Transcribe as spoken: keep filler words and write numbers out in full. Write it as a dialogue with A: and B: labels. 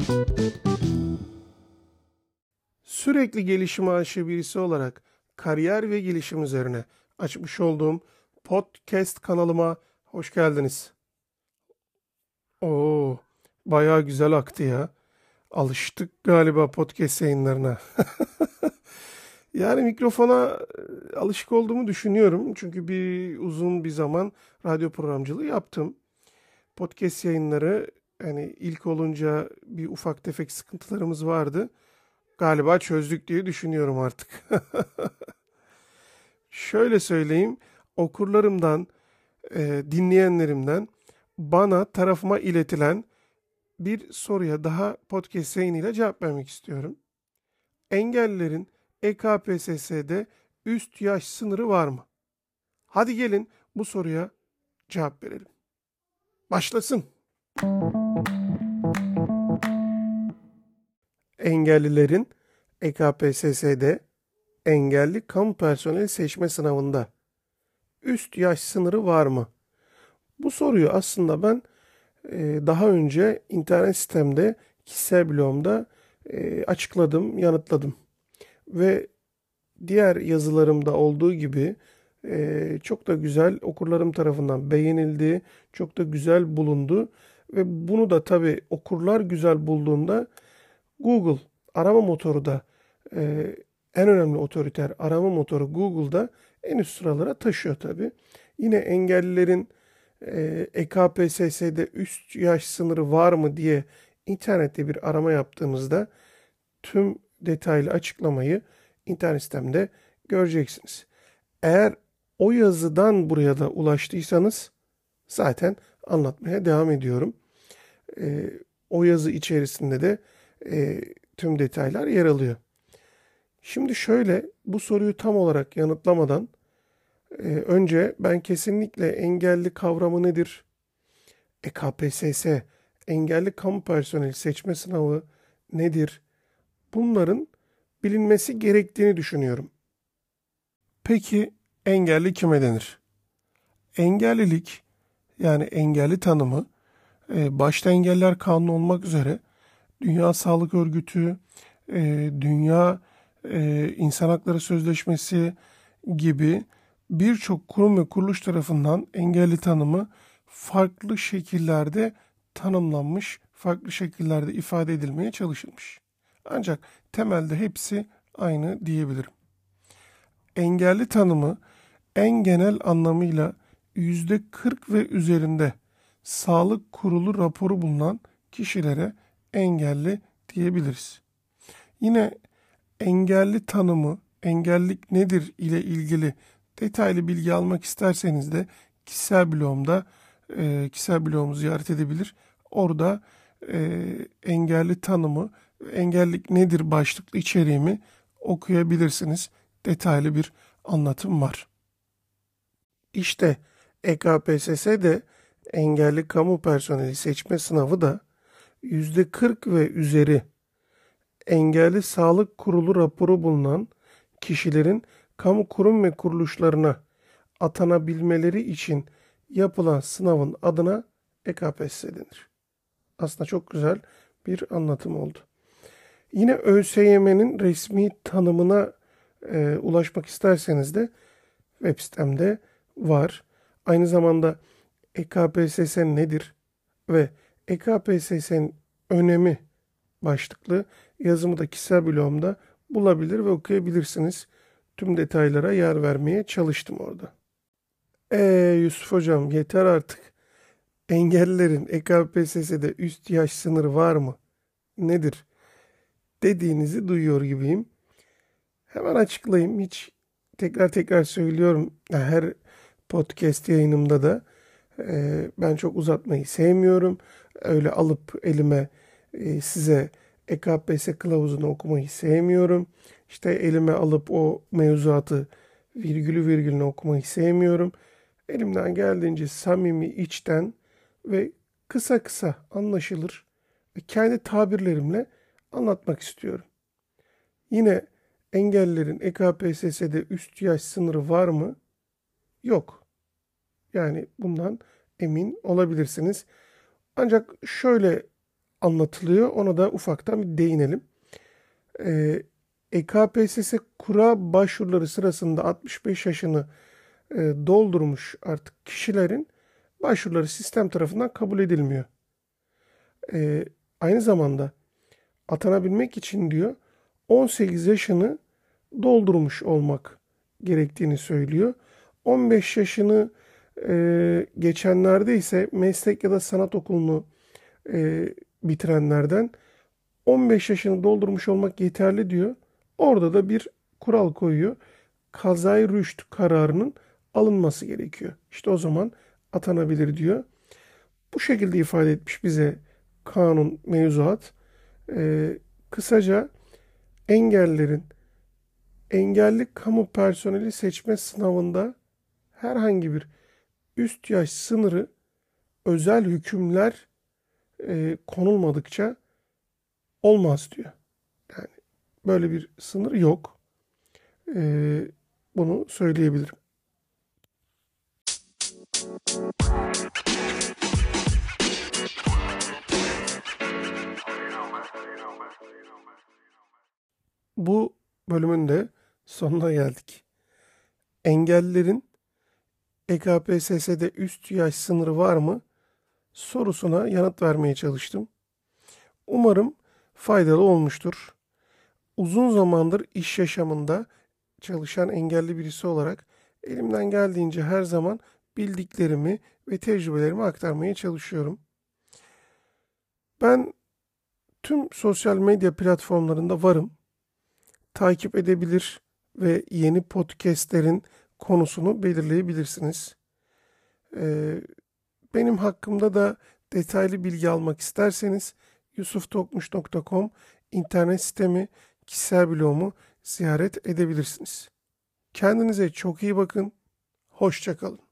A: Sürekli gelişime aşığı birisi olarak kariyer ve gelişim üzerine açmış olduğum podcast kanalıma hoş geldiniz. Oo, bayağı güzel aktı ya. Alıştık galiba podcast yayınlarına. Yani mikrofona e, alışık olduğumu düşünüyorum. Çünkü bir uzun bir zaman radyo programcılığı yaptım. Podcast yayınları hani ilk olunca bir ufak tefek sıkıntılarımız vardı. Galiba çözdük diye düşünüyorum artık. Şöyle söyleyeyim, okurlarımdan, e, dinleyenlerimden bana tarafıma iletilen bir soruya daha podcast yayınıyla cevap vermek istiyorum. Engellilerin E K P S S'de üst yaş sınırı var mı? Hadi gelin bu soruya cevap verelim. Başlasın. Engellilerin E K P S S'de engelli kamu personeli seçme sınavında üst yaş sınırı var mı? Bu soruyu aslında ben e, daha önce internet sitemde, kişisel blogumda e, açıkladım, yanıtladım. Ve diğer yazılarımda olduğu gibi e, çok da güzel okurlarım tarafından beğenildi, çok da güzel bulundu. Ve bunu da tabii okurlar güzel bulduğunda Google arama motoru da e, en önemli otoriter arama motoru Google'da en üst sıralara taşıyor tabii. Yine engellilerin e, E K P S S'de üst yaş sınırı var mı diye internette bir arama yaptığınızda tüm detaylı açıklamayı internet sitemde göreceksiniz. Eğer o yazıdan buraya da ulaştıysanız zaten anlatmaya devam ediyorum. E, o yazı içerisinde de e, tüm detaylar yer alıyor. Şimdi şöyle bu soruyu tam olarak yanıtlamadan e, önce ben kesinlikle engelli kavramı nedir? E K P S S, engelli kamu personeli seçme sınavı nedir? Bunların bilinmesi gerektiğini düşünüyorum. Peki engelli kime denir? Engellilik yani engelli tanımı e, başta engeller kanunu olmak üzere Dünya Sağlık Örgütü, e, Dünya e, İnsan Hakları Sözleşmesi gibi birçok kurum ve kuruluş tarafından engelli tanımı farklı şekillerde tanımlanmış, farklı şekillerde ifade edilmeye çalışılmış. Ancak temelde hepsi aynı diyebilirim. Engelli tanımı en genel anlamıyla yüzde kırk ve üzerinde sağlık kurulu raporu bulunan kişilere engelli diyebiliriz. Yine engelli tanımı, engellilik nedir ile ilgili detaylı bilgi almak isterseniz de kişisel blogumda, e, kişisel blogumu ziyaret edebilir. Orada e, engelli tanımı, engellilik nedir başlıklı içeriğimi okuyabilirsiniz. Detaylı bir anlatım var. İşte E K P S S'de engelli kamu personeli seçme sınavı da yüzde kırk ve üzeri engelli sağlık kurulu raporu bulunan kişilerin kamu kurum ve kuruluşlarına atanabilmeleri için yapılan sınavın adına E K P S S denir. Aslında çok güzel bir anlatım oldu. Yine ÖSYM'nin resmi tanımına e, ulaşmak isterseniz de web sitemde var. Aynı zamanda E K P S S nedir ve E K P S S'nin önemi başlıklı yazımı da kişisel blogumda bulabilir ve okuyabilirsiniz. Tüm detaylara yer vermeye çalıştım orada. Eee Yusuf hocam yeter artık. Engellilerin E K P S S'de üst yaş sınırı var mı? Nedir? Dediğinizi duyuyor gibiyim. Hemen açıklayayım. Hiç tekrar tekrar söylüyorum. Her podcast yayınımda da e, ben çok uzatmayı sevmiyorum. Öyle alıp elime e, size E K P S S kılavuzunu okumayı sevmiyorum. İşte elime alıp o mevzuatı virgülü virgülünü okumayı sevmiyorum. Elimden geldiğince samimi, içten ve kısa kısa anlaşılır ve kendi tabirlerimle anlatmak istiyorum. Yine engellilerin E K P S S'de üst yaş sınırı var mı? Yok. Yani bundan emin olabilirsiniz. Ancak şöyle anlatılıyor. Ona da ufaktan bir değinelim. Ee, E K P S S kura başvuruları sırasında altmış beş yaşını e, doldurmuş artık kişilerin başvuruları sistem tarafından kabul edilmiyor. Ee, Aynı zamanda atanabilmek için diyor on sekiz yaşını doldurmuş olmak gerektiğini söylüyor. on beş yaşını e, geçenlerde ise meslek ya da sanat okulunu e, bitirenlerden on beş yaşını doldurmuş olmak yeterli diyor. Orada da bir kural koyuyor. Kazay rüşt kararının alınması gerekiyor. İşte o zaman atanabilir diyor. Bu şekilde ifade etmiş bize kanun, mevzuat. Ee, Kısaca engellerin engelli kamu personeli seçme sınavında herhangi bir üst yaş sınırı özel hükümler e, konulmadıkça olmaz diyor. Yani böyle bir sınır yok. Ee, Bunu söyleyebilirim. Bu bölümün de sonuna geldik. Engellilerin E K P S S'de üst yaş sınırı var mı sorusuna yanıt vermeye çalıştım. Umarım faydalı olmuştur. Uzun zamandır iş yaşamında çalışan engelli birisi olarak elimden geldiğince her zaman bildiklerimi ve tecrübelerimi aktarmaya çalışıyorum. Ben tüm sosyal medya platformlarında varım. Takip edebilir ve yeni podcastlerin konusunu belirleyebilirsiniz. Ee, Benim hakkımda da detaylı bilgi almak isterseniz yusuf tokmuş nokta com internet sitemi, kişisel blogumu ziyaret edebilirsiniz. Kendinize çok iyi bakın. Hoşça kalın.